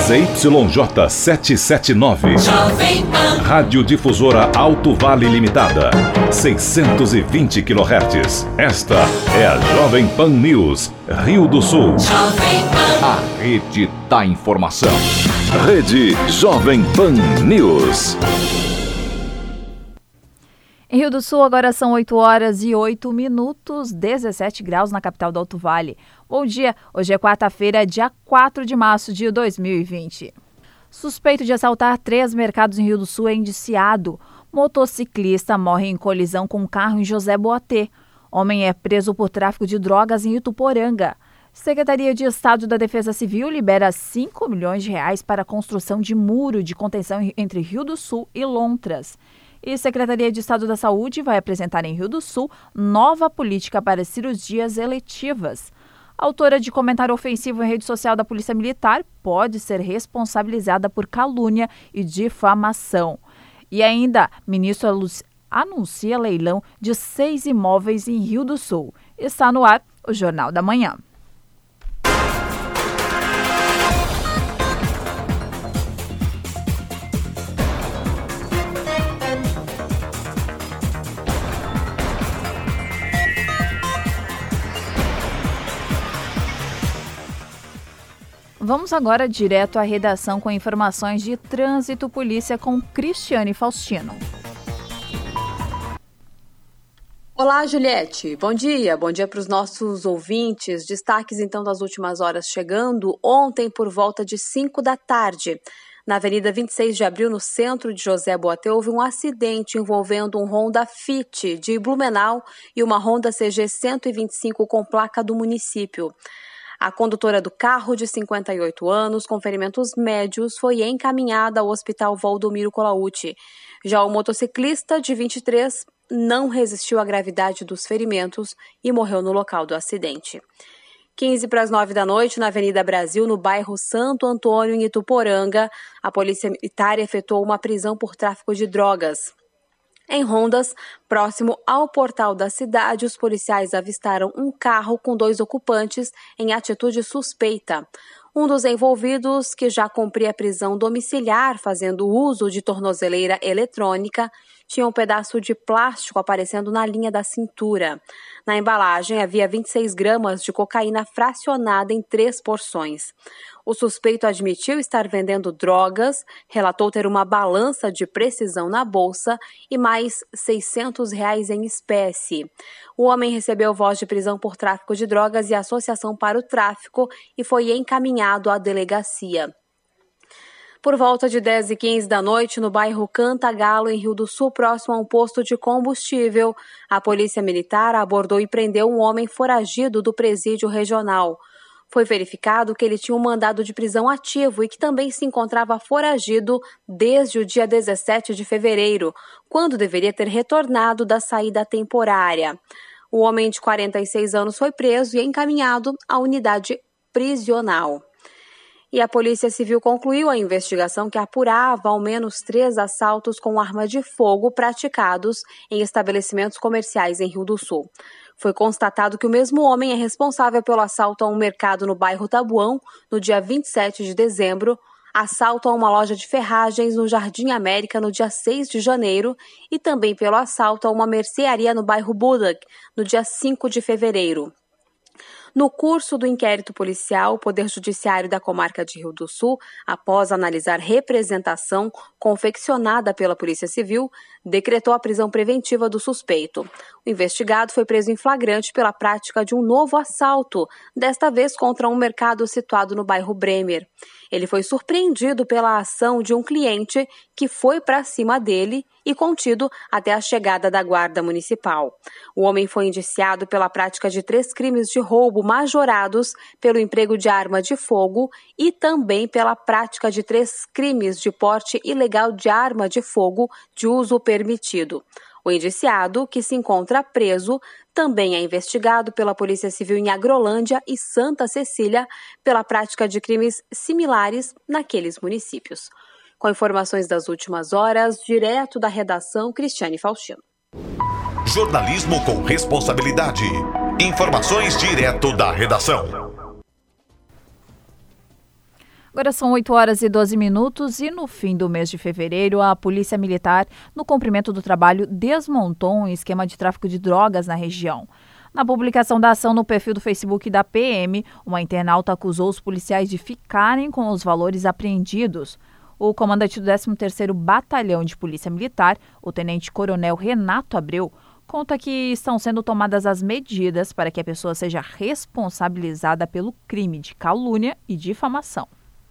ZYJ 779. Radiodifusora Alto Vale Limitada. 620 kHz. Esta é a Jovem Pan News, Rio do Sul. A rede da informação. Rede Jovem Pan News. Em Rio do Sul, agora são 8h08, 17 graus na capital do Alto Vale. Bom dia, hoje é quarta-feira, dia 4 de março de 2020. Suspeito de assaltar 3 mercados em Rio do Sul é indiciado. Motociclista morre em colisão com um carro em José Boatê. Homem é preso por tráfico de drogas em Ituporanga. Secretaria de Estado da Defesa Civil libera R$5 milhões para a construção de muro de contenção entre Rio do Sul e Lontras. E Secretaria de Estado da Saúde vai apresentar em Rio do Sul nova política para cirurgias eletivas. Autora de comentário ofensivo em rede social da Polícia Militar pode ser responsabilizada por calúnia e difamação. E ainda, ministro anuncia leilão de 6 imóveis em Rio do Sul. Está no ar o Jornal da Manhã. Vamos agora direto à redação com informações de trânsito polícia com Cristiane Faustino. Olá, Juliette. Bom dia para os nossos ouvintes. Destaques então das últimas horas chegando. Ontem, por volta de 5 da tarde, na Avenida 26 de Abril, no centro de José Boatê, houve um acidente envolvendo um Honda Fit de Blumenau e uma Honda CG 125 com placa do município. A condutora do carro, de 58 anos, com ferimentos médios, foi encaminhada ao Hospital Valdomiro Colautti. Já o motociclista, de 23, não resistiu à gravidade dos ferimentos e morreu no local do acidente. 8:45 da noite, na Avenida Brasil, no bairro Santo Antônio, em Ituporanga, a Polícia Militar efetuou uma prisão por tráfico de drogas. Em Rondas, próximo ao portal da cidade, os policiais avistaram um carro com 2 ocupantes em atitude suspeita. Um dos envolvidos, que já cumpria prisão domiciliar fazendo uso de tornozeleira eletrônica, tinha um pedaço de plástico aparecendo na linha da cintura. Na embalagem havia 26 gramas de cocaína fracionada em 3 porções. O suspeito admitiu estar vendendo drogas, relatou ter uma balança de precisão na bolsa e mais R$600 em espécie. O homem recebeu voz de prisão por tráfico de drogas e associação para o tráfico e foi encaminhado à delegacia. Por volta de 10h15 da noite, no bairro Cantagalo, em Rio do Sul, próximo a um posto de combustível, a Polícia Militar abordou e prendeu um homem foragido do presídio regional. Foi verificado que ele tinha um mandado de prisão ativo e que também se encontrava foragido desde o dia 17 de fevereiro, quando deveria ter retornado da saída temporária. O homem de 46 anos foi preso e encaminhado à unidade prisional. E a Polícia Civil concluiu a investigação que apurava ao menos 3 assaltos com arma de fogo praticados em estabelecimentos comerciais em Rio do Sul. Foi constatado que o mesmo homem é responsável pelo assalto a um mercado no bairro Tabuão, no dia 27 de dezembro, assalto a uma loja de ferragens no Jardim América no dia 6 de janeiro e também pelo assalto a uma mercearia no bairro Budak, no dia 5 de fevereiro. No curso do inquérito policial, o Poder Judiciário da Comarca de Rio do Sul, após analisar representação confeccionada pela Polícia Civil, decretou a prisão preventiva do suspeito. O investigado foi preso em flagrante pela prática de um novo assalto, desta vez contra um mercado situado no bairro Bremer. Ele foi surpreendido pela ação de um cliente que foi para cima dele e contido até a chegada da Guarda Municipal. O homem foi indiciado pela prática de 3 crimes de roubo majorados pelo emprego de arma de fogo e também pela prática de 3 crimes de porte ilegal de arma de fogo de uso permitido. O indiciado, que se encontra preso, também é investigado pela Polícia Civil em Agrolândia e Santa Cecília pela prática de crimes similares naqueles municípios. Com informações das últimas horas, direto da redação, Cristiane Faustino. Jornalismo com responsabilidade. Informações direto da redação. Agora são 8 horas e 12 minutos e no fim do mês de fevereiro, a Polícia Militar, no cumprimento do trabalho, desmontou um esquema de tráfico de drogas na região. Na publicação da ação no perfil do Facebook da PM, uma internauta acusou os policiais de ficarem com os valores apreendidos. O comandante do 13º Batalhão de Polícia Militar, o tenente-coronel Renato Abreu, conta que estão sendo tomadas as medidas para que a pessoa seja responsabilizada pelo crime de calúnia e difamação.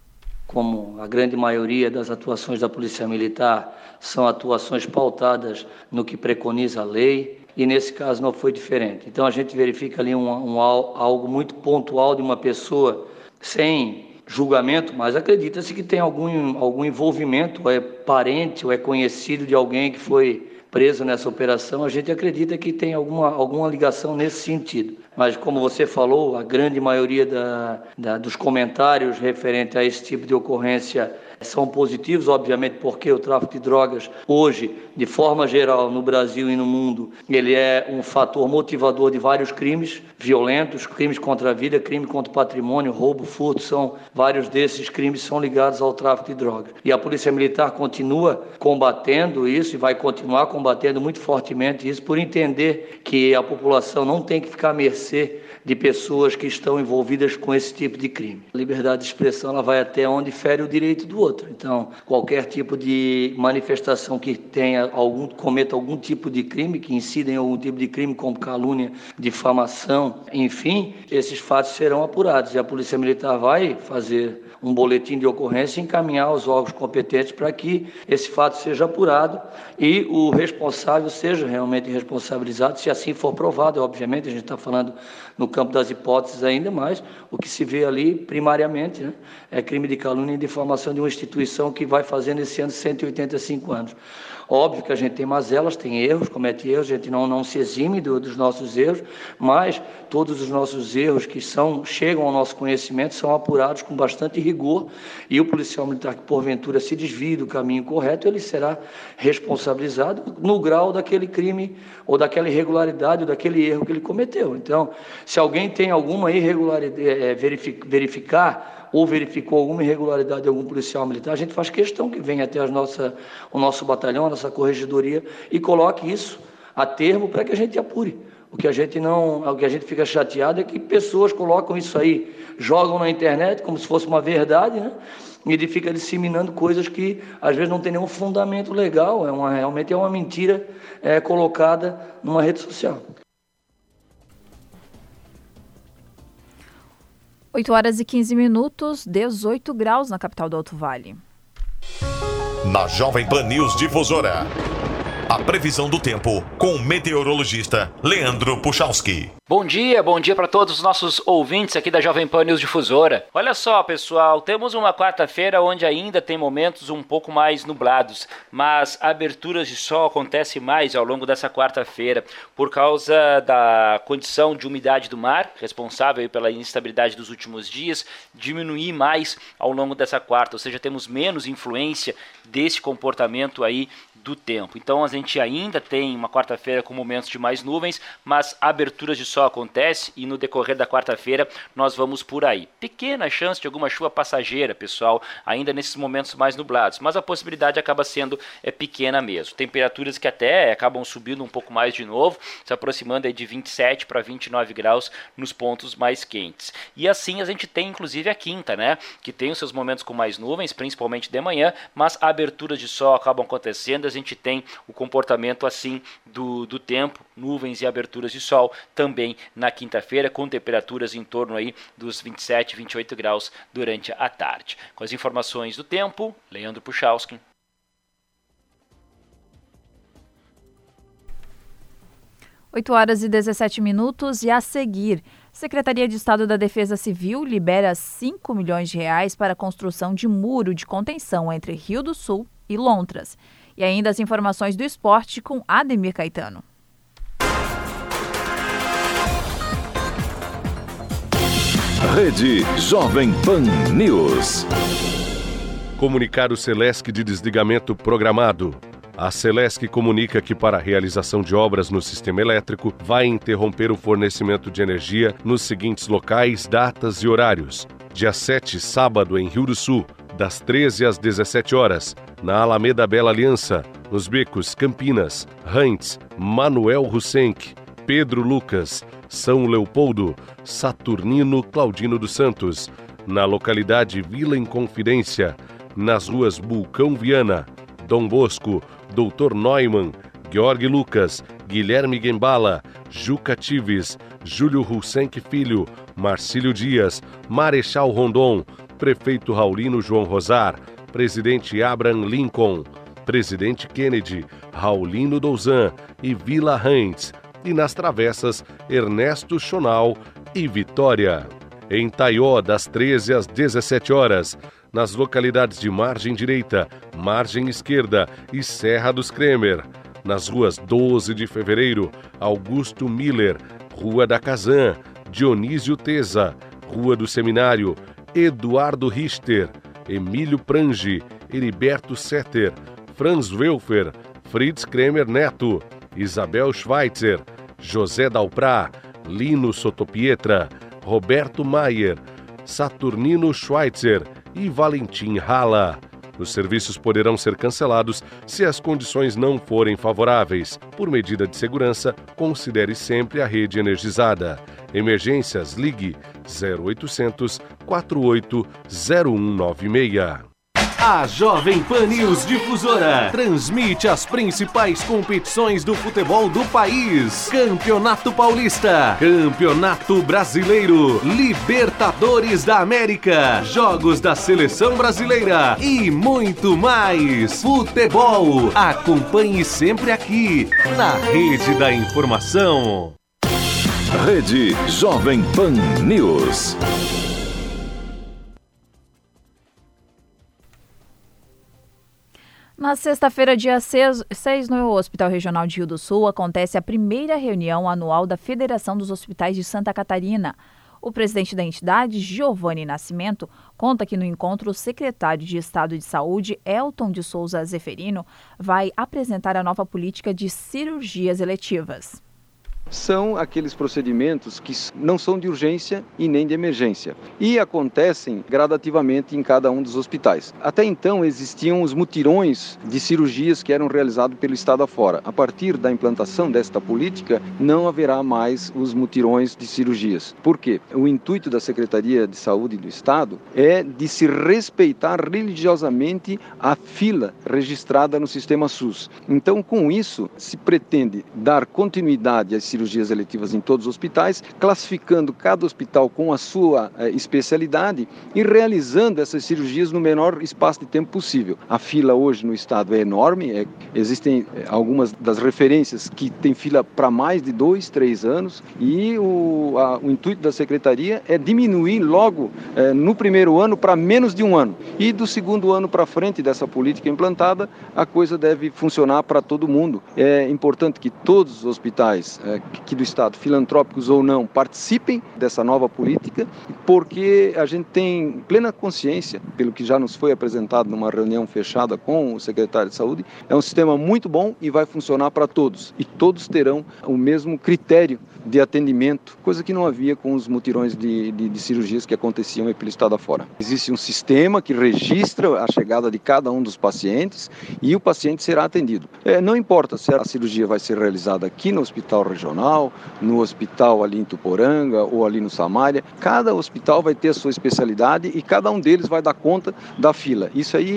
Como a grande maioria das atuações da Polícia Militar são atuações pautadas no que preconiza a lei, e nesse caso não foi diferente. Então a gente verifica ali algo muito pontual de uma pessoa sem julgamento, mas acredita-se que tem algum envolvimento, ou é parente, ou é conhecido de alguém que foi preso nessa operação. A gente acredita que tem alguma ligação nesse sentido. Mas, como você falou, a grande maioria dos comentários referentes a esse tipo de ocorrência são positivos, obviamente, porque o tráfico de drogas hoje, de forma geral, no Brasil e no mundo, ele é um fator motivador de vários crimes violentos, crimes contra a vida, crime contra o patrimônio, roubo, furto, vários desses crimes são ligados ao tráfico de drogas. E a Polícia Militar continua combatendo isso e vai continuar combatendo muito fortemente isso, por entender que a população não tem que ficar à mercê de pessoas que estão envolvidas com esse tipo de crime. A liberdade de expressão ela vai até onde fere o direito do outro. Então, qualquer tipo de manifestação que cometa algum tipo de crime, que incida em algum tipo de crime, como calúnia, difamação, enfim, esses fatos serão apurados. E a Polícia Militar vai fazer um boletim de ocorrência e encaminhar aos órgãos competentes para que esse fato seja apurado e o responsável seja realmente responsabilizado, se assim for provado. Obviamente, a gente está falando no campo das hipóteses ainda, mas o que se vê ali primariamente, né, é crime de calúnia e difamação de uma instituição que vai fazendo esse ano 185 anos. Óbvio que a gente tem mazelas, tem erros, comete erros, a gente não se exime dos nossos erros, mas todos os nossos erros que chegam ao nosso conhecimento são apurados com bastante rigor, e o policial militar que porventura se desvie do caminho correto, ele será responsabilizado no grau daquele crime ou daquela irregularidade ou daquele erro que ele cometeu. Então, se alguém tem alguma irregularidade, verificou alguma irregularidade de algum policial militar, a gente faz questão que venha até o nosso batalhão, a nossa corregedoria, e coloque isso a termo para que a gente apure. O que a gente fica chateado é que pessoas colocam isso aí, jogam na internet como se fosse uma verdade, né? E ele fica disseminando coisas que às vezes não tem nenhum fundamento legal, realmente é uma mentira colocada numa rede social. 8 horas e 15 minutos, 18 graus na capital do Alto Vale. Na Jovem Pan News Difusora, a previsão do tempo com o meteorologista Leandro Puchalski. Bom dia para todos os nossos ouvintes aqui da Jovem Pan News Difusora. Olha só, pessoal, temos uma quarta-feira onde ainda tem momentos um pouco mais nublados, mas aberturas de sol acontecem mais ao longo dessa quarta-feira por causa da condição de umidade do mar, responsável pela instabilidade dos últimos dias, diminuir mais ao longo dessa quarta, ou seja, temos menos influência desse comportamento aí do tempo. Então a gente ainda tem uma quarta-feira com momentos de mais nuvens, mas aberturas de sol acontece e no decorrer da quarta-feira nós vamos por aí. Pequena chance de alguma chuva passageira, pessoal, ainda nesses momentos mais nublados, mas a possibilidade acaba sendo pequena mesmo. Temperaturas que até acabam subindo um pouco mais de novo, se aproximando aí de 27 para 29 graus nos pontos mais quentes. E assim a gente tem inclusive a quinta, né, que tem os seus momentos com mais nuvens, principalmente de manhã, mas aberturas de sol acabam acontecendo. A gente tem o comportamento assim do tempo, nuvens e aberturas de sol também na quinta-feira, com temperaturas em torno aí dos 27, 28 graus durante a tarde. Com as informações do tempo, Leandro Puchalski. Oito horas e 17 minutos e a seguir, Secretaria de Estado da Defesa Civil libera 5 milhões de reais para a construção de muro de contenção entre Rio do Sul e Lontras. E ainda as informações do esporte com Ademir Caetano. Rede Jovem Pan News. Comunicado Celesc de desligamento programado. A Celesc comunica que para a realização de obras no sistema elétrico vai interromper o fornecimento de energia nos seguintes locais, datas e horários: Dia 7, sábado, em Rio do Sul, das 13 às 17 horas, na Alameda Bela Aliança, nos becos Campinas, Heinz, Manuel Hussenk, Pedro Lucas, São Leopoldo, Saturnino Claudino dos Santos, na localidade Vila Inconfidência, nas ruas Bulcão Viana, Dom Bosco, Doutor Neumann, Georg Lucas, Guilherme Gembala, Juca Tives, Júlio Hussenk Filho, Marcílio Dias, Marechal Rondon, Prefeito Raulino João Rosar, Presidente Abraham Lincoln, Presidente Kennedy, Raulino Douzan e Vila Heinz, e nas travessas Ernesto Chonal e Vitória. Em Taió, das 13 às 17 horas, nas localidades de Margem Direita, Margem Esquerda e Serra dos Kremer, nas ruas 12 de Fevereiro, Augusto Miller, Rua da Kazan, Dionísio Teza, Rua do Seminário, Eduardo Richter, Emílio Prange, Heriberto Setter, Franz Welfer, Fritz Kremer Neto, Isabel Schweitzer, José Dalprá, Lino Sotopietra, Roberto Maier, Saturnino Schweitzer e Valentim Hala. Os serviços poderão ser cancelados se as condições não forem favoráveis. Por medida de segurança, considere sempre a rede energizada. Emergências, ligue 0800 48 0196. A Jovem Pan News Difusora transmite as principais competições do futebol do país. Campeonato Paulista, Campeonato Brasileiro, Libertadores da América, Jogos da Seleção Brasileira e muito mais. Futebol, acompanhe sempre aqui, na Rede da Informação. Rede Jovem Pan News. Na sexta-feira, dia 6, no Hospital Regional de Rio do Sul, acontece a primeira reunião anual da Federação dos Hospitais de Santa Catarina. O presidente da entidade, Giovanni Nascimento, conta que no encontro o secretário de Estado de Saúde, Elton de Souza Zeferino, vai apresentar a nova política de cirurgias eletivas. São aqueles procedimentos que não são de urgência e nem de emergência e acontecem gradativamente em cada um dos hospitais. Até então existiam os mutirões de cirurgias que eram realizados pelo Estado afora. A partir da implantação desta política, não haverá mais os mutirões de cirurgias. Por quê? O intuito da Secretaria de Saúde do Estado é de se respeitar religiosamente a fila registrada no sistema SUS. Então, com isso, se pretende dar continuidade às cirurgias eletivas em todos os hospitais, classificando cada hospital com a sua especialidade e realizando essas cirurgias no menor espaço de tempo possível. A fila hoje no estado é enorme, existem algumas das referências que tem fila para mais de 2, 3 anos e o intuito da Secretaria é diminuir logo no primeiro ano para menos de um ano. E do segundo ano para frente dessa política implantada, a coisa deve funcionar para todo mundo. É importante que todos os hospitais aqui do Estado, filantrópicos ou não, participem dessa nova política, porque a gente tem plena consciência, pelo que já nos foi apresentado numa reunião fechada com o secretário de Saúde, é um sistema muito bom e vai funcionar para todos. E todos terão o mesmo critério de atendimento, coisa que não havia com os mutirões de cirurgias que aconteciam pelo Estado afora. Existe um sistema que registra a chegada de cada um dos pacientes e o paciente será atendido. Não importa se a cirurgia vai ser realizada aqui no Hospital Regional, no hospital ali em Tuporanga ou ali no Samária, cada hospital vai ter a sua especialidade e cada um deles vai dar conta da fila. Isso aí,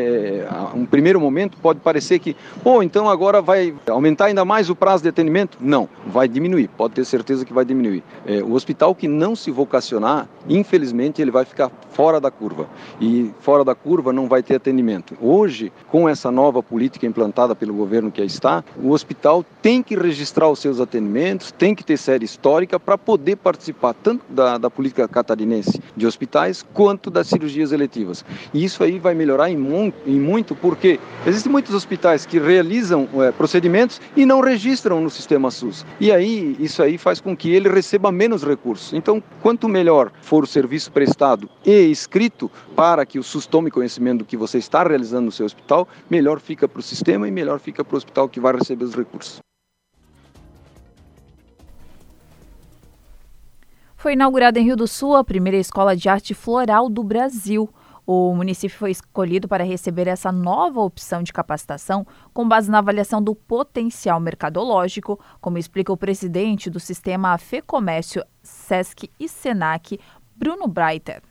um primeiro momento, pode parecer que, então agora vai aumentar ainda mais o prazo de atendimento? Não, vai diminuir, pode ter certeza que vai diminuir. O hospital que não se vocacionar, infelizmente, ele vai ficar fora da curva. E fora da curva não vai ter atendimento. Hoje, com essa nova política implantada pelo governo que aí está, o hospital tem que registrar os seus atendimentos, tem que ter série histórica para poder participar tanto da política catarinense de hospitais quanto das cirurgias eletivas. E isso aí vai melhorar em muito, porque existem muitos hospitais que realizam procedimentos e não registram no sistema SUS. E aí, isso aí faz com que ele receba menos recursos. Então, quanto melhor for o serviço prestado e escrito para que o SUS tome conhecimento do que você está realizando no seu hospital, melhor fica para o sistema e melhor fica para o hospital que vai receber os recursos. Foi inaugurada em Rio do Sul a primeira escola de arte floral do Brasil. O município foi escolhido para receber essa nova opção de capacitação com base na avaliação do potencial mercadológico, como explica o presidente do sistema FEComércio, SESC e SENAC, Bruno Breiter.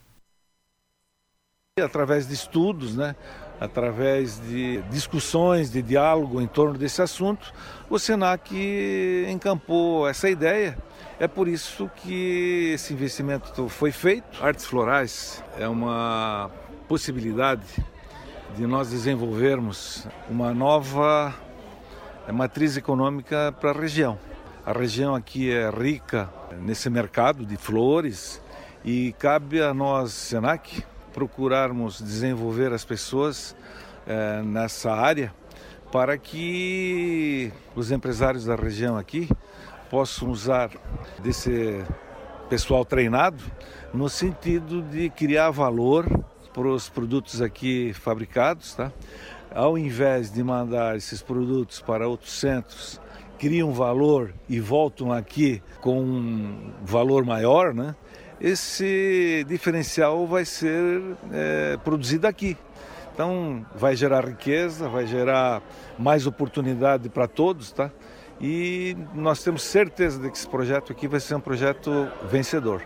Através de estudos, através de discussões, de diálogo em torno desse assunto, o SENAC encampou essa ideia. É por isso que esse investimento foi feito. Artes florais é uma possibilidade de nós desenvolvermos uma nova matriz econômica para a região. A região aqui é rica nesse mercado de flores e cabe a nós, SENAC, procurarmos desenvolver as pessoas nessa área para que os empresários da região aqui possam usar desse pessoal treinado no sentido de criar valor para os produtos aqui fabricados, Ao invés de mandar esses produtos para outros centros, criam valor e voltam aqui com um valor maior, Esse diferencial vai ser produzido aqui. Então vai gerar riqueza, vai gerar mais oportunidade para todos, E nós temos certeza de que esse projeto aqui vai ser um projeto vencedor.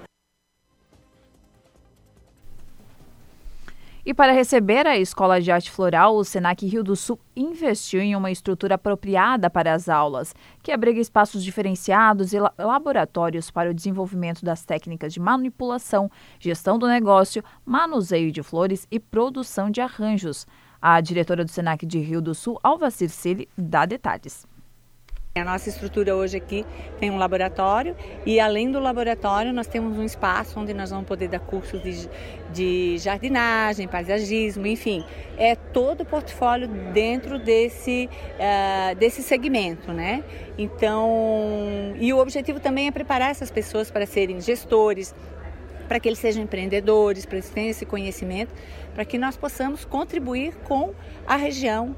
E para receber a Escola de Arte Floral, o SENAC Rio do Sul investiu em uma estrutura apropriada para as aulas, que abriga espaços diferenciados e laboratórios para o desenvolvimento das técnicas de manipulação, gestão do negócio, manuseio de flores e produção de arranjos. A diretora do SENAC de Rio do Sul, Alva Circili, dá detalhes. A nossa estrutura hoje aqui tem um laboratório e além do laboratório nós temos um espaço onde nós vamos poder dar cursos de jardinagem, paisagismo, enfim, é todo o portfólio dentro desse segmento, Então, e o objetivo também é preparar essas pessoas para serem gestores, para que eles sejam empreendedores, para que eles tenham esse conhecimento, para que nós possamos contribuir com a região,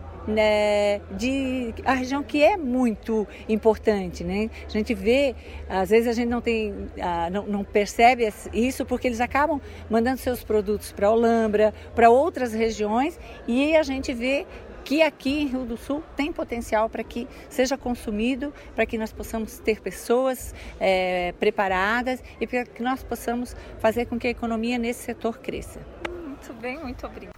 a região que é muito importante, A gente vê, às vezes a gente não percebe isso porque eles acabam mandando seus produtos para Olambra, para outras regiões e a gente vê que aqui em Rio do Sul tem potencial para que seja consumido, para que nós possamos ter pessoas preparadas e para que nós possamos fazer com que a economia nesse setor cresça. Muito bem, muito obrigada.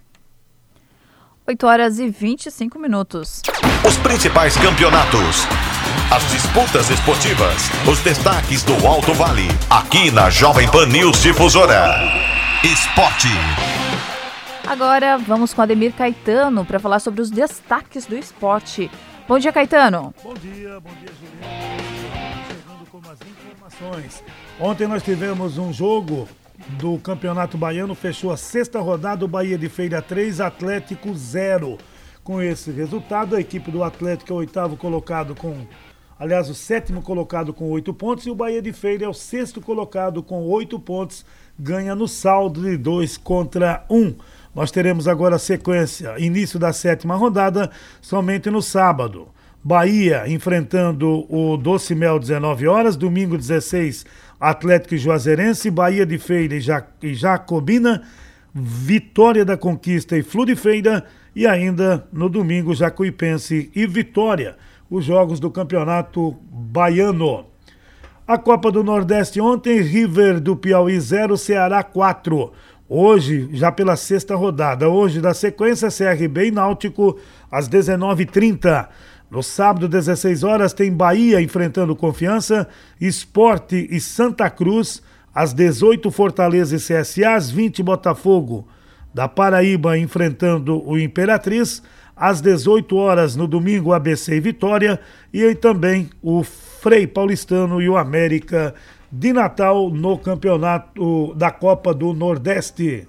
8h25. Os principais campeonatos, as disputas esportivas, os destaques do Alto Vale, aqui na Jovem Pan News Difusora. Esporte. Agora vamos com Ademir Caetano para falar sobre os destaques do esporte. Bom dia, Caetano. Bom dia, Juliana. Chegando com as informações. Ontem nós tivemos um jogo do Campeonato Baiano, fechou a 6ª rodada, o Bahia de Feira 3, Atlético 0. Com esse resultado, a equipe do Atlético é o 8º colocado o 7º colocado com 8 pontos e o Bahia de Feira é o 6º colocado com 8 pontos, ganha no saldo de 2-1. Nós teremos agora a sequência, início da 7ª rodada, somente no sábado. Bahia enfrentando o Doce Mel 19 horas, domingo 16 Atlético e Juazeirense, Bahia de Feira e Jacobina, Vitória da Conquista e Flu de Feira e ainda no domingo Jacuipense e Vitória, os jogos do Campeonato Baiano. A Copa do Nordeste ontem, River do Piauí 0, Ceará 4. Hoje, já pela 6ª rodada, hoje da sequência CRB e Náutico às 19h30. No sábado, 16 horas, tem Bahia enfrentando Confiança, Sport e Santa Cruz, às 18 Fortaleza e CSA, às 20 Botafogo da Paraíba enfrentando o Imperatriz, às 18 horas no domingo ABC e Vitória e aí também o Frei Paulistano e o América de Natal no campeonato da Copa do Nordeste.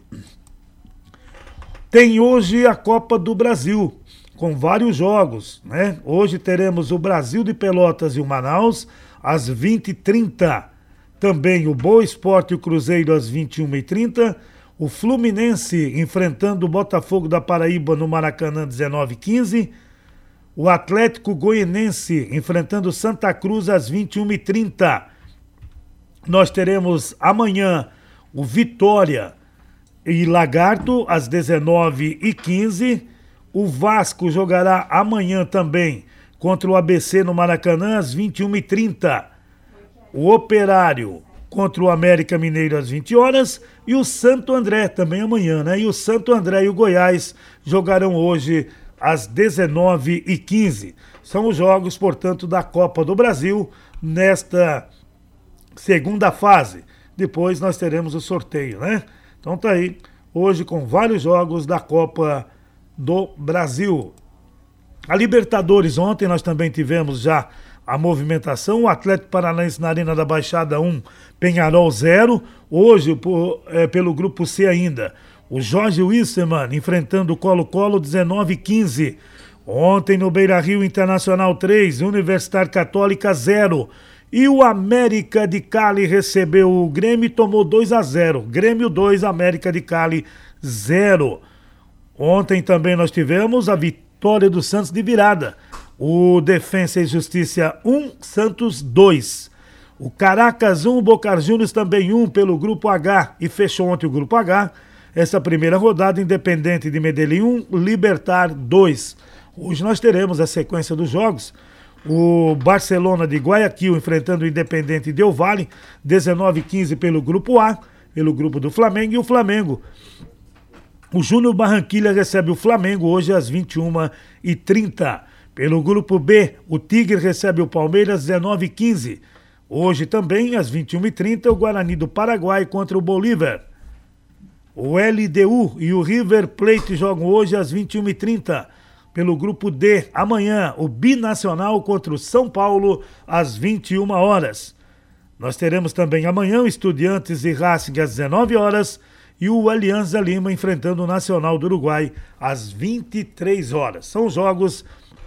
Tem hoje a Copa do Brasil, com vários jogos, Hoje teremos o Brasil de Pelotas e o Manaus às 20h30. Também o Boa Esporte e o Cruzeiro às 21h30. O Fluminense enfrentando o Botafogo da Paraíba no Maracanã 19h15. O Atlético Goianense enfrentando Santa Cruz às 21h30. nós teremos amanhã o Vitória e Lagarto às 19h15. O Vasco jogará amanhã também contra o ABC no Maracanã às 21h30. O Operário contra o América Mineiro às 20 horas e o Santo André também amanhã, né? E o Santo André e o Goiás jogarão hoje às 19h15. São os jogos, portanto, da Copa do Brasil nesta segunda fase. Depois nós teremos o sorteio, né? Então tá aí, hoje com vários jogos da Copa do Brasil. A Libertadores, ontem nós também tivemos já a movimentação, o Atlético Paranaense na Arena da Baixada 1, Peñarol 0, hoje pelo grupo C ainda, o Jorge Wilstermann enfrentando o Colo-Colo 19h15, ontem no Beira-Rio Internacional 3, Universidade Católica 0, e o América de Cali recebeu o Grêmio e tomou 2-0, Grêmio 2, América de Cali 0. Ontem também nós tivemos a vitória do Santos de virada. O Defensa e Justiça 1, Santos 2. O Caracas 1, Boca Juniors também 1 pelo Grupo H. E fechou ontem o Grupo H. Essa primeira rodada, Independente de Medellín 1, Libertad 2. Hoje nós teremos a sequência dos jogos. O Barcelona de Guayaquil enfrentando o Independente Del Valle, 19h15 pelo Grupo A, pelo grupo do Flamengo. E o Flamengo, o Júnior Barranquilla recebe o Flamengo hoje às 21h30. Pelo grupo B, o Tigre recebe o Palmeiras às 19h15. Hoje também, às 21h30, o Guarani do Paraguai contra o Bolívar. O LDU e o River Plate jogam hoje às 21h30. Pelo grupo D, amanhã, o Binacional contra o São Paulo às 21 horas. Nós teremos também amanhã o Estudiantes e Racing às 19 horas e o Alianza Lima enfrentando o Nacional do Uruguai às 23 horas. São jogos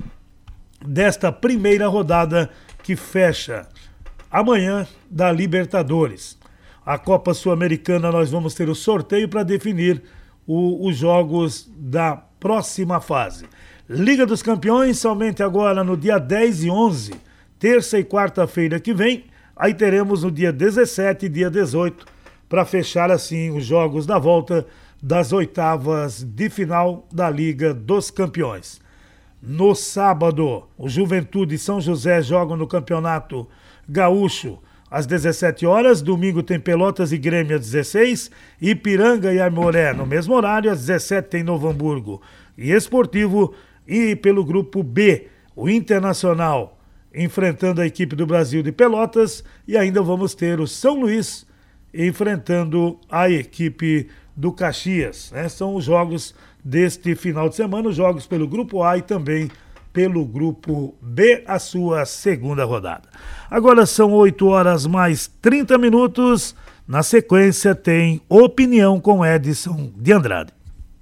desta primeira rodada que fecha amanhã da Libertadores. A Copa Sul-Americana nós vamos ter o sorteio para definir os jogos da próxima fase. Liga dos Campeões somente agora no dia 10 e 11, terça e quarta-feira que vem. Aí teremos no dia 17 e dia 18 para fechar assim os jogos da volta das oitavas de final da Liga dos Campeões. No sábado, o Juventude e São José jogam no Campeonato Gaúcho às 17 horas. Domingo tem Pelotas e Grêmio às 16. Ipiranga e Aimoré no mesmo horário. Às 17 tem Novo Hamburgo e Esportivo. E pelo grupo B, o Internacional enfrentando a equipe do Brasil de Pelotas. E ainda vamos ter o São Luís enfrentando a equipe do Caxias, né? São os jogos deste final de semana, os jogos pelo grupo A e também pelo grupo B, a sua segunda rodada. Agora são 8 horas mais 30 minutos. Na sequência tem Opinião com Edson de Andrade.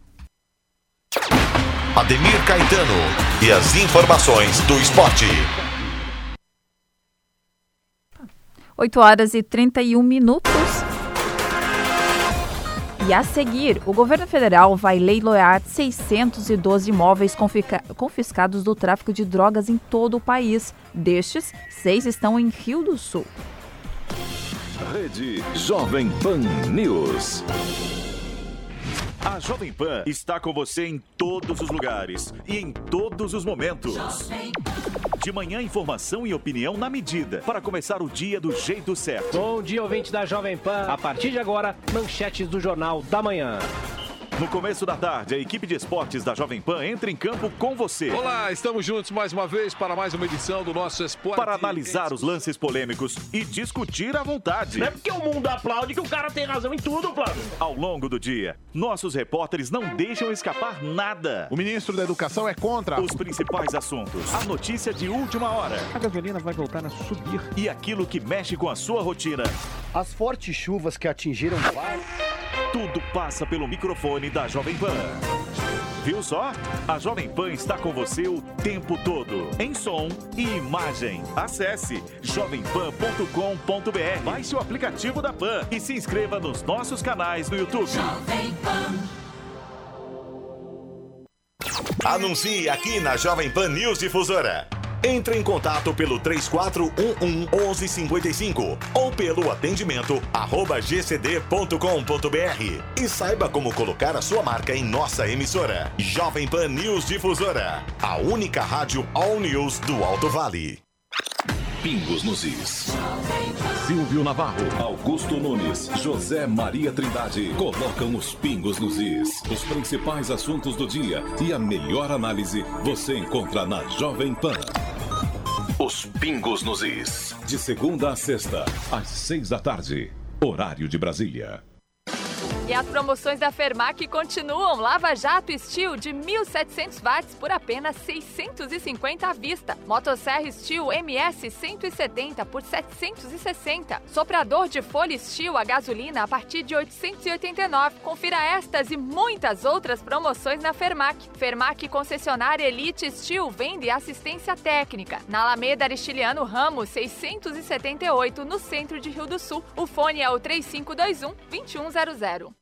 Ademir Caetano e as informações do esporte. 8 horas e 31 minutos. E a seguir, o governo federal vai leiloar 612 imóveis confiscados do tráfico de drogas em todo o país. Destes, 6 estão em Rio do Sul. Rede Jovem Pan News. A Jovem Pan está com você em todos os lugares e em todos os momentos. De manhã, informação e opinião na medida, para começar o dia do jeito certo. Bom dia, ouvinte da Jovem Pan. A partir de agora, manchetes do Jornal da Manhã. No começo da tarde, a equipe de esportes da Jovem Pan entra em campo com você. Olá, estamos juntos mais uma vez para mais uma edição do nosso Esporte. Para analisar os lances polêmicos e discutir à vontade. Não é porque o mundo aplaude que o cara tem razão em tudo, Flávio. Ao longo do dia, nossos repórteres não deixam escapar nada. O ministro da Educação é contra os principais assuntos. A notícia de última hora. A gasolina vai voltar a subir. E aquilo que mexe com a sua rotina. As fortes chuvas que atingiram o mar. Tudo passa pelo microfone da Jovem Pan. Viu só? A Jovem Pan está com você o tempo todo, em som e imagem. Acesse jovempan.com.br, baixe o aplicativo da Pan e se inscreva nos nossos canais no YouTube. Jovem Pan. Anuncie aqui na Jovem Pan News Difusora. Entre em contato pelo 3411-1155 ou pelo atendimento @gcd.com.br e saiba como colocar a sua marca em nossa emissora. Jovem Pan News Difusora, a única rádio All News do Alto Vale. Pingos nos Is. Silvio Navarro, Augusto Nunes, José Maria Trindade colocam os pingos nos Is. Os principais assuntos do dia e a melhor análise você encontra na Jovem Pan. Os Pingos nos Is. De segunda a sexta, às 6 da tarde. Horário de Brasília. E as promoções da Fermac continuam. Lava Jato Steel de 1.700 watts por apenas 650 à vista. Motosserra Steel MS 170 por 760. Soprador de folha Steel a gasolina a partir de 889. Confira estas e muitas outras promoções na Fermac. Fermac concessionária Elite Steel vende assistência técnica. Na Alameda Aristiliano Ramos 678, no centro de Rio do Sul. O fone é o 3521-2100.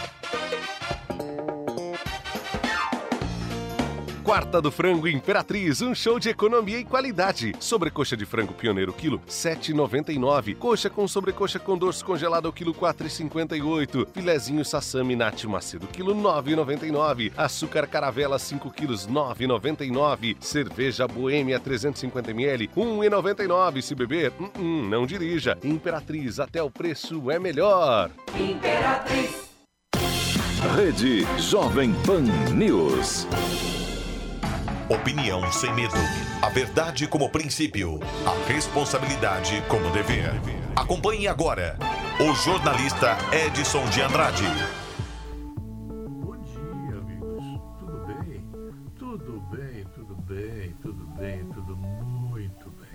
Quarta do Frango Imperatriz, um show de economia e qualidade. Sobrecoxa de frango pioneiro quilo, R$ 7,99. Coxa com sobrecoxa com dorso congelado ao quilo, R$ 4,58. Filezinho sassami nati macedo, quilo, R$ 9,99. Açúcar caravela 5 quilos, R$ 9,99. Cerveja Boêmia 350ml, R$ 1,99. Se beber, não dirija. Imperatriz, até o preço é melhor. Imperatriz. Rede Jovem Pan News. Opinião sem medo. A verdade como princípio. A responsabilidade como dever. Acompanhe agora o jornalista Edson de Andrade. Bom dia, amigos. Tudo bem? Tudo bem, tudo bem, tudo bem, tudo muito bem.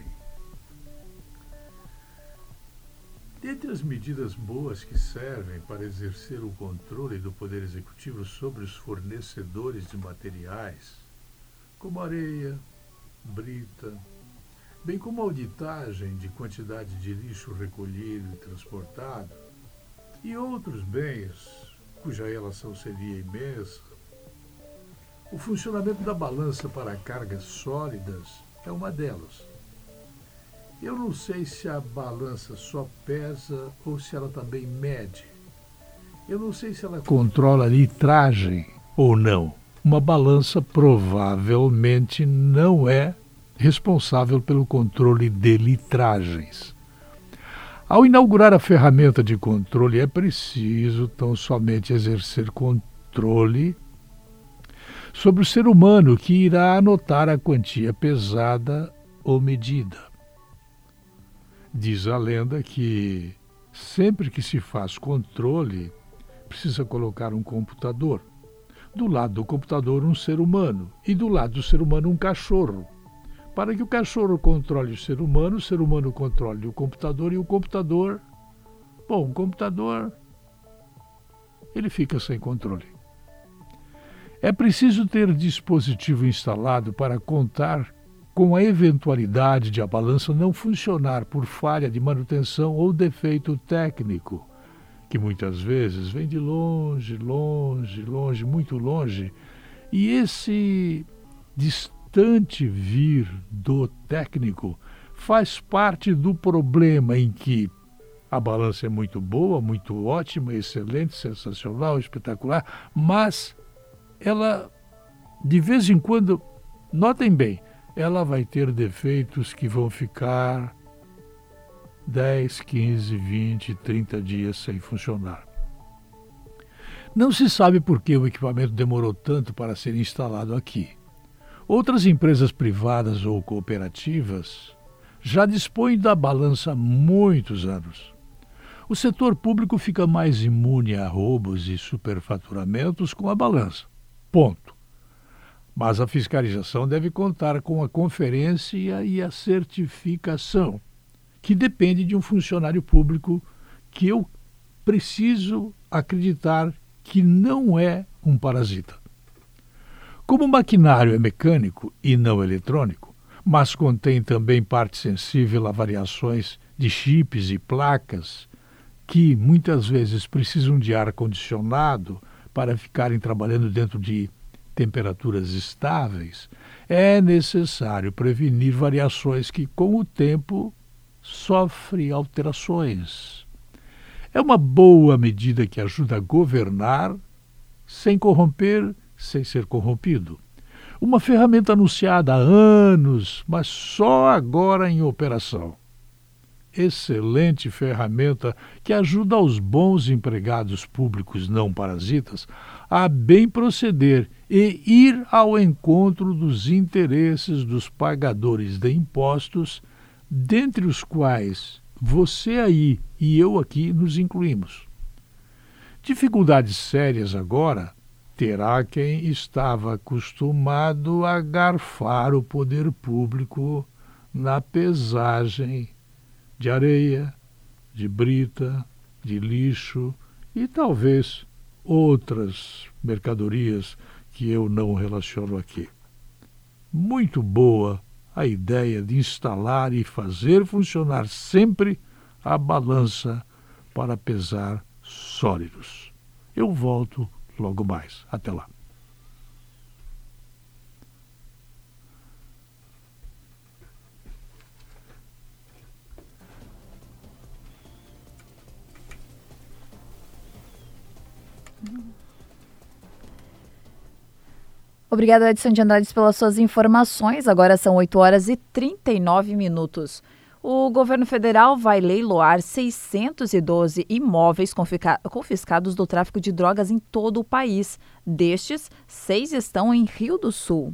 Dentre as medidas boas que servem para exercer o controle do Poder Executivo sobre os fornecedores de materiais, como areia, brita, bem como auditagem de quantidade de lixo recolhido e transportado, e outros bens cuja relação seria imensa, o funcionamento da balança para cargas sólidas é uma delas. Eu não sei se a balança só pesa ou se ela também mede. Eu não sei se ela controla a litragem ou não. Uma balança provavelmente não é responsável pelo controle de litragens. Ao inaugurar a ferramenta de controle, é preciso tão somente exercer controle sobre o ser humano que irá anotar a quantia pesada ou medida. Diz a lenda que sempre que se faz controle, precisa colocar um computador. Do lado do computador, um ser humano. E do lado do ser humano, um cachorro. Para que o cachorro controle o ser humano controle o computador e o computador... Bom, o computador... ele fica sem controle. É preciso ter dispositivo instalado para contar com a eventualidade de a balança não funcionar por falha de manutenção ou defeito técnico, que muitas vezes vem de longe, muito longe, e esse distante vir do técnico faz parte do problema em que a balança é muito boa, muito ótima, excelente, sensacional, espetacular, mas ela, de vez em quando, notem bem, ela vai ter defeitos que vão ficar 10, 15, 20, 30 dias sem funcionar. Não se sabe por que o equipamento demorou tanto para ser instalado aqui. Outras empresas privadas ou cooperativas já dispõem da balança há muitos anos. O setor público fica mais imune a roubos e superfaturamentos com a balança. Ponto. Mas a fiscalização deve contar com a conferência e a certificação, que depende de um funcionário público que eu preciso acreditar que não é um parasita. Como o maquinário é mecânico e não eletrônico, mas contém também parte sensível a variações de chips e placas que muitas vezes precisam de ar-condicionado para ficarem trabalhando dentro de temperaturas estáveis, é necessário prevenir variações que, com o tempo, sofrem alterações. É uma boa medida que ajuda a governar sem corromper, sem ser corrompido. Uma ferramenta anunciada há anos, mas só agora em operação. Excelente ferramenta que ajuda aos bons empregados públicos não parasitas a bem proceder e ir ao encontro dos interesses dos pagadores de impostos, dentre os quais você aí e eu aqui nos incluímos. Dificuldades sérias agora terá quem estava acostumado a garfar o poder público na pesagem de areia, de brita, de lixo e talvez outras mercadorias que eu não relaciono aqui. Muito boa a ideia de instalar e fazer funcionar sempre a balança para pesar sólidos. Eu volto logo mais. Até lá. Obrigada, Edson de Andrade, pelas suas informações. Agora são 8h39. O governo federal vai leiloar 612 imóveis confiscados do tráfico de drogas em todo o país. Destes, 6 estão em Rio do Sul.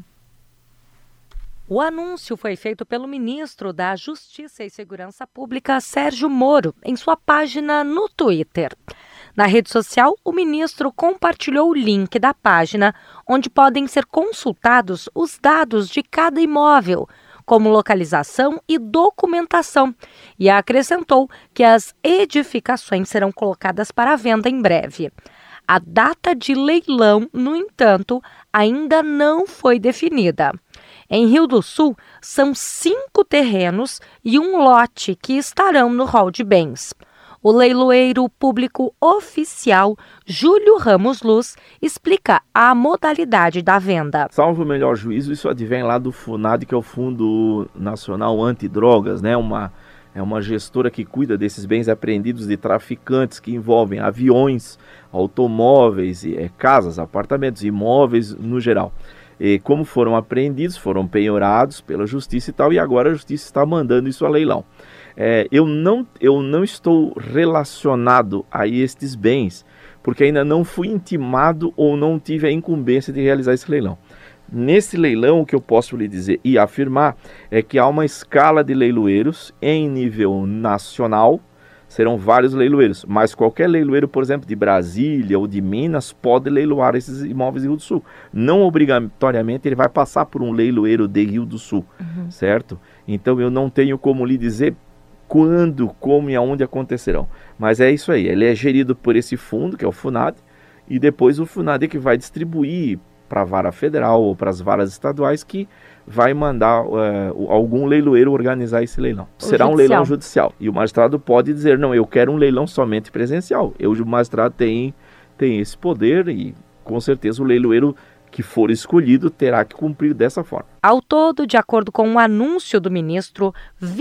O anúncio foi feito pelo ministro da Justiça e Segurança Pública, Sérgio Moro, em sua página no Twitter. Na rede social, o ministro compartilhou o link da página, onde podem ser consultados os dados de cada imóvel, como localização e documentação, e acrescentou que as edificações serão colocadas para venda em breve. A data de leilão, no entanto, ainda não foi definida. Em Rio do Sul, são 5 terrenos e um lote que estarão no rol de bens. O leiloeiro público oficial Júlio Ramos Luz explica a modalidade da venda. Salvo o melhor juízo, isso advém lá do FUNAD, que é o Fundo Nacional Antidrogas, né? É uma gestora que cuida desses bens apreendidos de traficantes que envolvem aviões, automóveis, casas, apartamentos, imóveis no geral. E como foram apreendidos, foram penhorados pela justiça e tal, e agora a justiça está mandando isso a leilão. Eu não estou relacionado a estes bens, porque ainda não fui intimado ou não tive a incumbência de realizar esse leilão. Nesse leilão, o que eu posso lhe dizer e afirmar é que há uma escala de leiloeiros em nível nacional. Serão vários leiloeiros, mas qualquer leiloeiro, por exemplo, de Brasília ou de Minas, pode leiloar esses imóveis em Rio do Sul. Não obrigatoriamente ele vai passar por um leiloeiro de Rio do Sul, certo? Então eu não tenho como lhe dizer quando, como e aonde acontecerão. Mas é isso aí, ele é gerido por esse fundo, que é o FUNAD, e depois o FUNAD é que vai distribuir para a vara federal ou para as varas estaduais, que vai mandar algum leiloeiro organizar esse leilão. Será um leilão judicial. E o magistrado pode dizer, não, eu quero um leilão somente presencial. O magistrado tem esse poder e, com certeza, o leiloeiro que for escolhido terá que cumprir dessa forma. Ao todo, de acordo com o anúncio do ministro,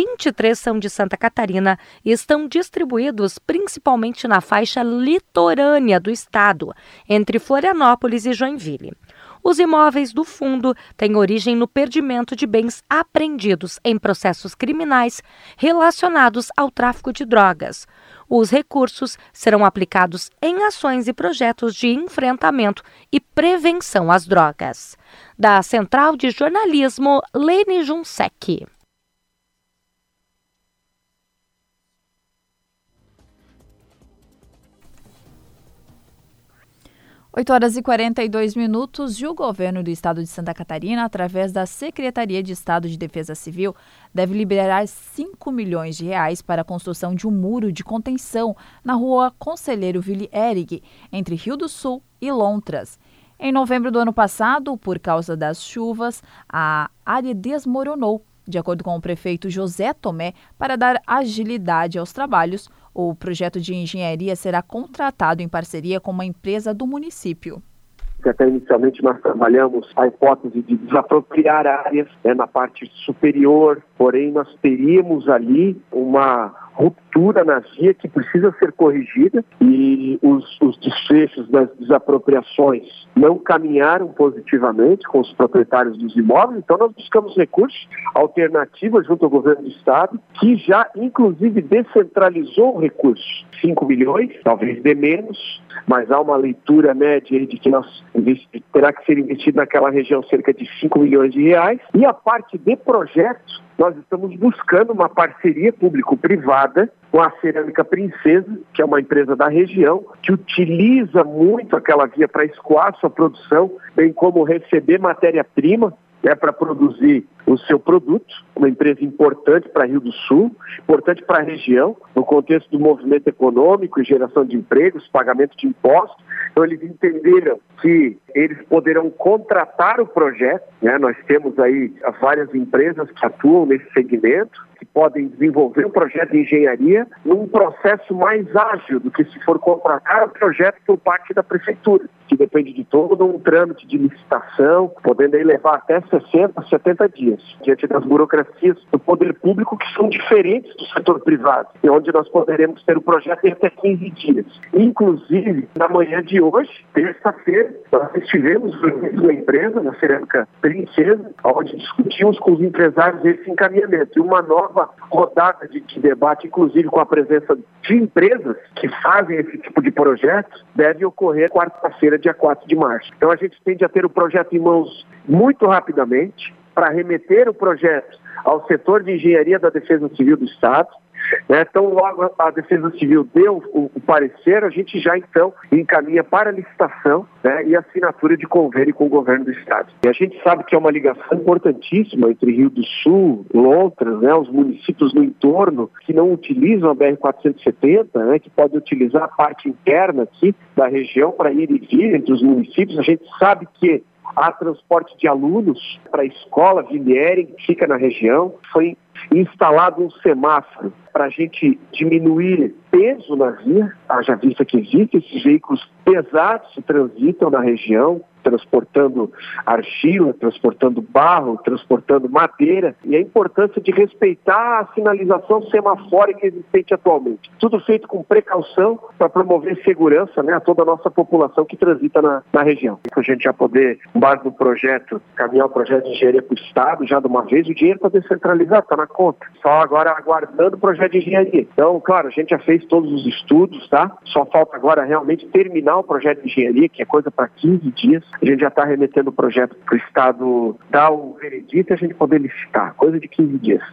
23 são de Santa Catarina e estão distribuídos principalmente na faixa litorânea do estado, entre Florianópolis e Joinville. Os imóveis do fundo têm origem no perdimento de bens apreendidos em processos criminais relacionados ao tráfico de drogas. Os recursos serão aplicados em ações e projetos de enfrentamento e prevenção às drogas. Da Central de Jornalismo, Lene Junsec. 8h42 e o governo do estado de Santa Catarina, através da Secretaria de Estado de Defesa Civil, deve liberar 5 milhões de reais para a construção de um muro de contenção na rua Conselheiro Ville Erig, entre Rio do Sul e Lontras. Em novembro do ano passado, por causa das chuvas, a área desmoronou. De acordo com o prefeito José Tomé, para dar agilidade aos trabalhos, o projeto de engenharia será contratado em parceria com uma empresa do município. que até inicialmente nós trabalhamos a hipótese de desapropriar áreas na parte superior, porém nós teríamos ali uma ruptura na via que precisa ser corrigida e os desfechos das desapropriações não caminharam positivamente com os proprietários dos imóveis, então nós buscamos recursos alternativos junto ao governo do estado, que já inclusive descentralizou o recurso, 5 milhões, talvez dê menos, mas há uma leitura média de que terá que ser investido naquela região cerca de 5 milhões de reais, e a parte de projetos, nós estamos buscando uma parceria público-privada com a Cerâmica Princesa, que é uma empresa da região, que utiliza muito aquela via para escoar sua produção, bem como receber matéria-prima para produzir o seu produto, uma empresa importante para Rio do Sul, importante para a região, no contexto do movimento econômico e geração de empregos, pagamento de impostos. Então eles entenderam que eles poderão contratar o projeto, nós temos aí várias empresas que atuam nesse segmento, que podem desenvolver um projeto de engenharia num processo mais ágil do que se for contratar o projeto por parte da prefeitura, que depende de todo um trâmite de licitação, podendo aí levar até 60, 70 dias, diante das burocracias do poder público que são diferentes do setor privado, e onde nós poderemos ter o projeto em até 15 dias. Inclusive, na manhã de hoje, terça-feira, nós estivemos reunidos na empresa, na Cerâmica Princesa, onde discutimos com os empresários esse encaminhamento, e uma nova rodada de debate, inclusive com a presença de empresas que fazem esse tipo de projetos, deve ocorrer quarta-feira, dia 4 de março. Então a gente tende a ter o projeto em mãos muito rapidamente, para remeter o projeto ao setor de engenharia da Defesa Civil do Estado. Então, logo a Defesa Civil deu o parecer, a gente já então encaminha para a licitação e assinatura de convênio com o governo do Estado. E a gente sabe que é uma ligação importantíssima entre Rio do Sul, Lontras, os municípios no entorno que não utilizam a BR-470, que podem utilizar a parte interna aqui da região para ir e vir entre os municípios. A gente sabe que há transporte de alunos para a escola Vinieri, que fica na região. Foi instalado um semáforo para a gente diminuir peso na via, haja vista que existem esses veículos pesados que transitam na região, transportando argila, transportando barro, transportando madeira, e a importância de respeitar a sinalização semafórica existente atualmente. Tudo feito com precaução para promover segurança a toda a nossa população que transita na região. Para a gente já poder, com base no projeto, caminhar o projeto de engenharia para o Estado, já de uma vez, o dinheiro está descentralizado, está na conta. Só agora aguardando o projeto de engenharia. Então, claro, a gente já fez todos os estudos, tá? Só falta agora realmente terminar o projeto de engenharia, que é coisa para 15 dias. A gente já está remetendo o projeto para o Estado dar o veredito e a gente poder licitar. Coisa de 15 dias.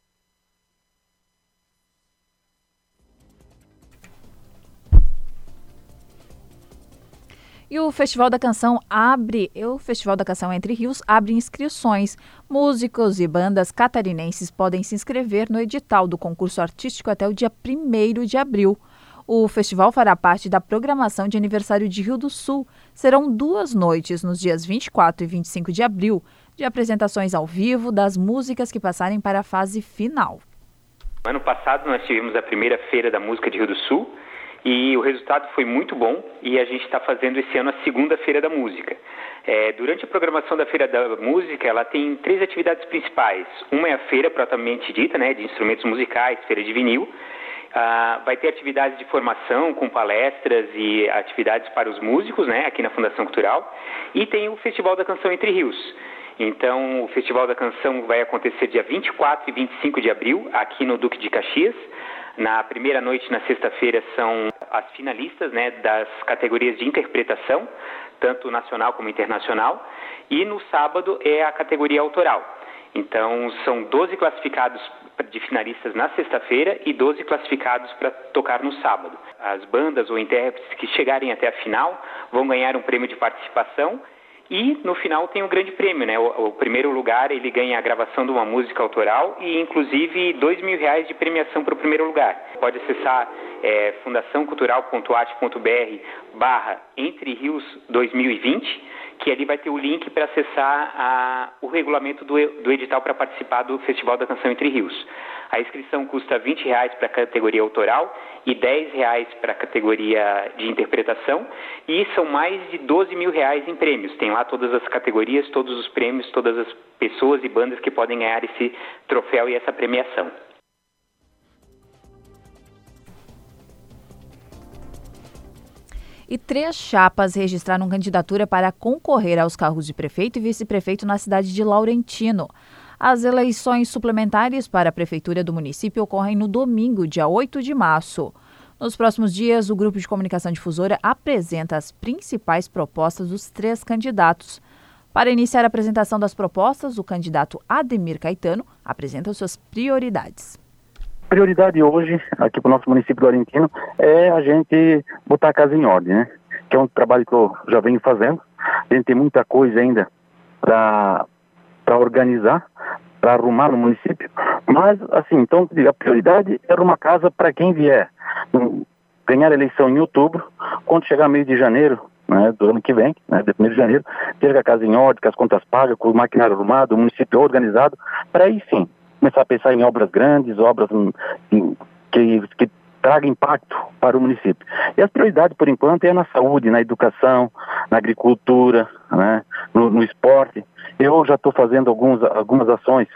E o Festival da Canção Entre Rios abre inscrições. Músicos e bandas catarinenses podem se inscrever no edital do concurso artístico até o dia 1º de abril. O festival fará parte da programação de aniversário de Rio do Sul. Serão 2 noites, nos dias 24 e 25 de abril, de apresentações ao vivo das músicas que passarem para a fase final. Ano passado nós tivemos a primeira Feira da Música de Rio do Sul e o resultado foi muito bom, e a gente está fazendo esse ano a segunda Feira da Música. Durante a programação da Feira da Música, ela tem 3 atividades principais. Uma é a feira propriamente dita, de instrumentos musicais, feira de vinil. Vai ter atividades de formação com palestras e atividades para os músicos, aqui na Fundação Cultural. E tem o Festival da Canção Entre Rios. Então, o Festival da Canção vai acontecer dia 24 e 25 de abril, aqui no Duque de Caxias. Na primeira noite, na sexta-feira, são as finalistas das categorias de interpretação, tanto nacional como internacional. E no sábado é a categoria autoral. Então, são 12 classificados de finalistas na sexta-feira e 12 classificados para tocar no sábado. As bandas ou intérpretes que chegarem até a final vão ganhar um prêmio de participação. E no final tem um grande prêmio, O primeiro lugar, ele ganha a gravação de uma música autoral e inclusive R$2.000 de premiação para o primeiro lugar. Pode acessar fundaçãocultural.arte.br/Entre Rios 2020, que ali vai ter o link para acessar o regulamento do edital para participar do Festival da Canção Entre Rios. A inscrição custa R$20 para a categoria autoral e R$10 para a categoria de interpretação, e são mais de R$12 mil em prêmios. Tem lá todas as categorias, todos os prêmios, todas as pessoas e bandas que podem ganhar esse troféu e essa premiação. E 3 chapas registraram candidatura para concorrer aos cargos de prefeito e vice-prefeito na cidade de Laurentino. As eleições suplementares para a prefeitura do município ocorrem no domingo, dia 8 de março. Nos próximos dias, o Grupo de Comunicação Difusora apresenta as principais propostas dos 3 candidatos. Para iniciar a apresentação das propostas, o candidato Ademir Caetano apresenta suas prioridades. Prioridade hoje, aqui para o nosso município do Laurentino, é a gente botar a casa em ordem, né? Que é um trabalho que eu já venho fazendo. A gente tem muita coisa ainda para organizar, para arrumar no município. Mas, assim, então, a prioridade é arrumar casa para quem vier ganhar a eleição em outubro, quando chegar mês de janeiro, né, do ano que vem, né, de 1º de janeiro, ter a casa em ordem, com as contas pagas, com o maquinário arrumado, o município organizado, para aí sim começar a pensar em obras grandes, obras que tragam impacto para o município. E as prioridades, por enquanto, é na saúde, na educação, na agricultura, né, no esporte. Eu já estou fazendo algumas ações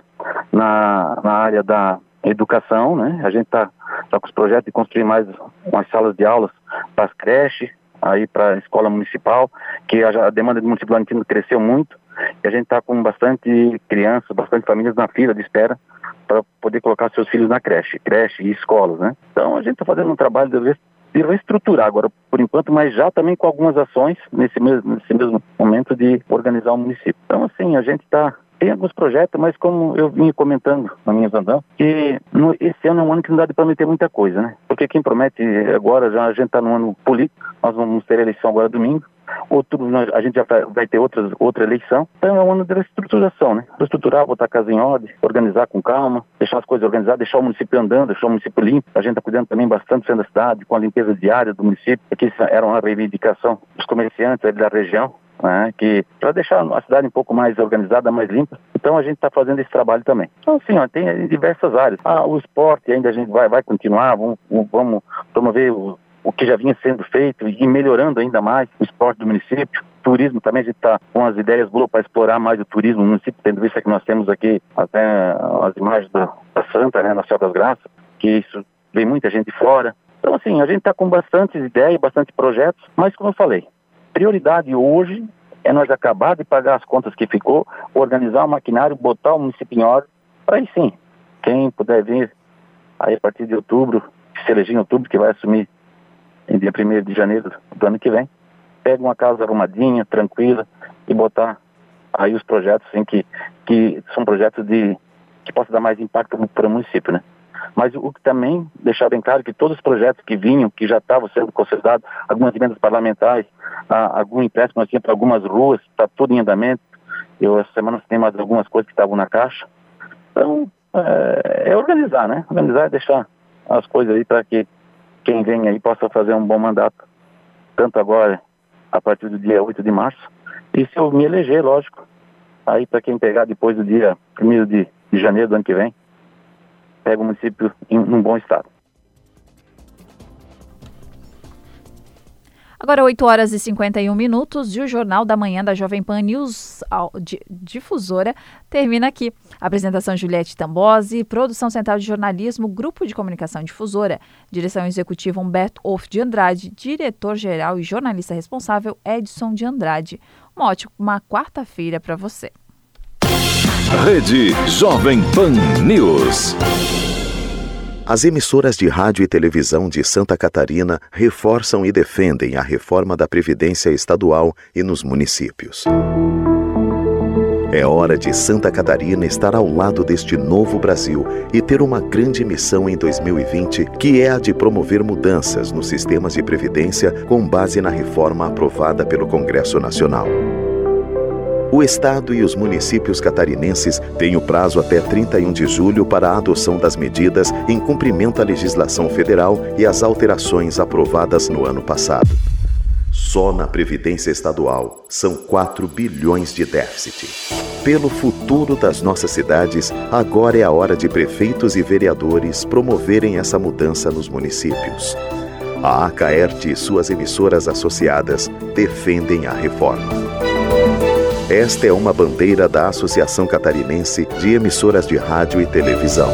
na área da educação, né? A gente está com os projetos de construir mais umas salas de aulas para as creches, aí para a escola municipal, que a demanda do município do Laurentino cresceu muito, e a gente está com bastante crianças, bastante famílias na fila de espera para poder colocar seus filhos na creche e escolas, né? Então a gente está fazendo um trabalho de reestruturar agora, por enquanto, mas já também com algumas ações nesse mesmo momento de organizar o município. Então, assim, a gente tem alguns projetos, mas como eu vinha comentando na minha andança, que esse ano é um ano que não dá de prometer muita coisa, né? Porque quem promete agora, a gente está no ano político, nós vamos ter eleição agora domingo, outubro a gente já vai ter outra eleição, então é um ano de reestruturação, né? Reestruturar, botar a casa em ordem, organizar com calma, deixar as coisas organizadas, deixar o município andando, deixar o município limpo. A gente está cuidando também bastante do centro da cidade, com a limpeza diária do município, que era uma reivindicação dos comerciantes ali da região, né, que para deixar a cidade um pouco mais organizada, mais limpa. Então a gente está fazendo esse trabalho também. Então assim, tem diversas áreas. O esporte ainda a gente vai continuar, vamos promover o que já vinha sendo feito e melhorando ainda mais o esporte do município. Turismo também, a gente está com as ideias boas para explorar mais o turismo no município, tendo visto que nós temos aqui até as imagens da Santa, né, na Céu das Graças, que isso vem muita gente de fora. Então assim, a gente está com bastantes ideias, bastantes projetos, mas como eu falei, prioridade hoje é nós acabar de pagar as contas que ficou, organizar o maquinário, botar o município em ordem, para aí sim, quem puder vir aí a partir de outubro, se eleger em outubro, que vai assumir em dia 1º de janeiro do ano que vem, pega uma casa arrumadinha, tranquila, e botar aí os projetos assim, que são projetos que possam dar mais impacto para o município, né? Mas o que também deixar bem claro que todos os projetos que vinham, que já estavam sendo considerados, algumas emendas parlamentares, algum empréstimo nós tínhamos para algumas ruas, está tudo em andamento. Essa semana tem mais algumas coisas que estavam na caixa. Então, é organizar, né? Organizar e deixar as coisas aí para que quem vem aí possa fazer um bom mandato, tanto agora, a partir do dia 8 de março, e se eu me eleger, lógico, aí para quem pegar depois do dia 1º de janeiro do ano que vem, pega o município em um bom estado. Agora 8h51 e o Jornal da Manhã da Jovem Pan News Difusora termina aqui. Apresentação Juliette Tambosi, produção central de jornalismo, Grupo de Comunicação Difusora, direção executiva Humberto Wolff de Andrade, diretor-geral e jornalista responsável Edson de Andrade. Uma ótima quarta-feira para você. Rede Jovem Pan News. As emissoras de rádio e televisão de Santa Catarina reforçam e defendem a reforma da Previdência Estadual e nos municípios. É hora de Santa Catarina estar ao lado deste novo Brasil e ter uma grande missão em 2020, que é a de promover mudanças nos sistemas de previdência com base na reforma aprovada pelo Congresso Nacional. O Estado e os municípios catarinenses têm o prazo até 31 de julho para a adoção das medidas em cumprimento à legislação federal e às alterações aprovadas no ano passado. Só na Previdência Estadual são 4 bilhões de déficit. Pelo futuro das nossas cidades, agora é a hora de prefeitos e vereadores promoverem essa mudança nos municípios. A Acaerte e suas emissoras associadas defendem a reforma. Esta é uma bandeira da Associação Catarinense de Emissoras de Rádio e Televisão.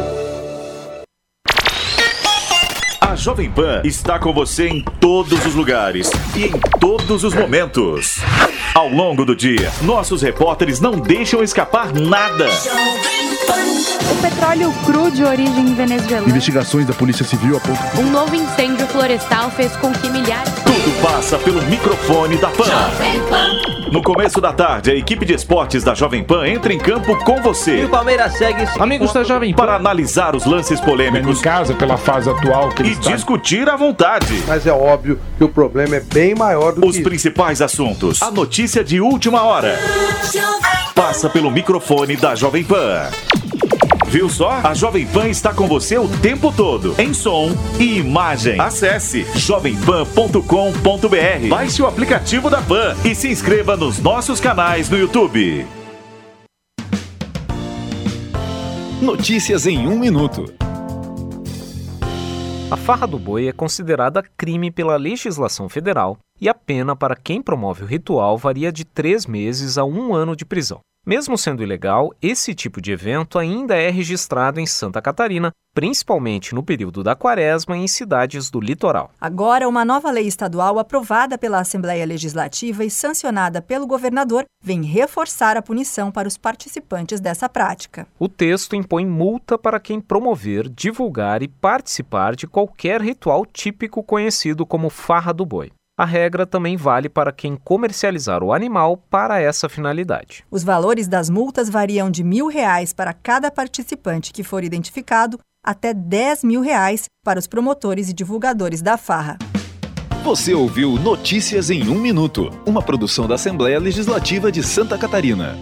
A Jovem Pan está com você em todos os lugares e em todos os momentos. Ao longo do dia, nossos repórteres não deixam escapar nada. O petróleo cru de origem venezuelana. Investigações da Polícia Civil apontam. Um novo incêndio florestal fez com que milhares... Tudo passa pelo microfone da Pan. No começo da tarde, a equipe de esportes da Jovem Pan entra em campo com você. E o Palmeiras segue... Amigos da Jovem Pan, para analisar os lances polêmicos. Em casa, pela fase atual que e discutir à vontade. Mas é óbvio que o problema é bem maior do que os principais assuntos. A notícia de última hora. Passa pelo microfone da Jovem Pan. Viu só? A Jovem Pan está com você o tempo todo, em som e imagem. Acesse jovempan.com.br, baixe o aplicativo da Pan e se inscreva nos nossos canais no YouTube. Notícias em 1 minuto. A farra do boi é considerada crime pela legislação federal e a pena para quem promove o ritual varia de 3 meses a 1 ano de prisão. Mesmo sendo ilegal, esse tipo de evento ainda é registrado em Santa Catarina, principalmente no período da Quaresma e em cidades do litoral. Agora, uma nova lei estadual aprovada pela Assembleia Legislativa e sancionada pelo governador vem reforçar a punição para os participantes dessa prática. O texto impõe multa para quem promover, divulgar e participar de qualquer ritual típico conhecido como farra do boi. A regra também vale para quem comercializar o animal para essa finalidade. Os valores das multas variam de R$1.000 para cada participante que for identificado, até R$10.000 para os promotores e divulgadores da farra. Você ouviu Notícias em 1 minuto, uma produção da Assembleia Legislativa de Santa Catarina.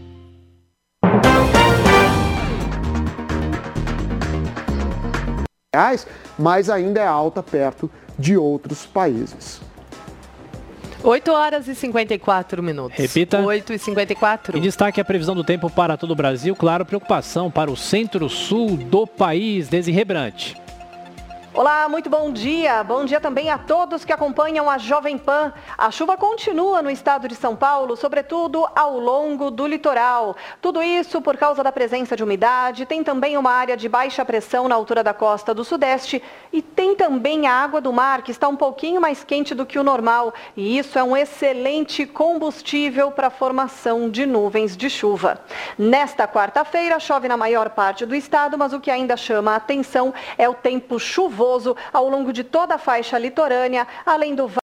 Mas ainda é alta perto de outros países. 8h54. Repita. 8h54. Em destaque a previsão do tempo para todo o Brasil. Claro, preocupação para o centro-sul do país. Desirê Brant. Olá, muito bom dia. Bom dia também a todos que acompanham a Jovem Pan. A chuva continua no estado de São Paulo, sobretudo ao longo do litoral. Tudo isso por causa da presença de umidade. Tem também uma área de baixa pressão na altura da costa do sudeste. E tem também a água do mar, que está um pouquinho mais quente do que o normal. E isso é um excelente combustível para a formação de nuvens de chuva. Nesta quarta-feira, chove na maior parte do estado, mas o que ainda chama a atenção é o tempo chuvoso ao longo de toda a faixa litorânea, além do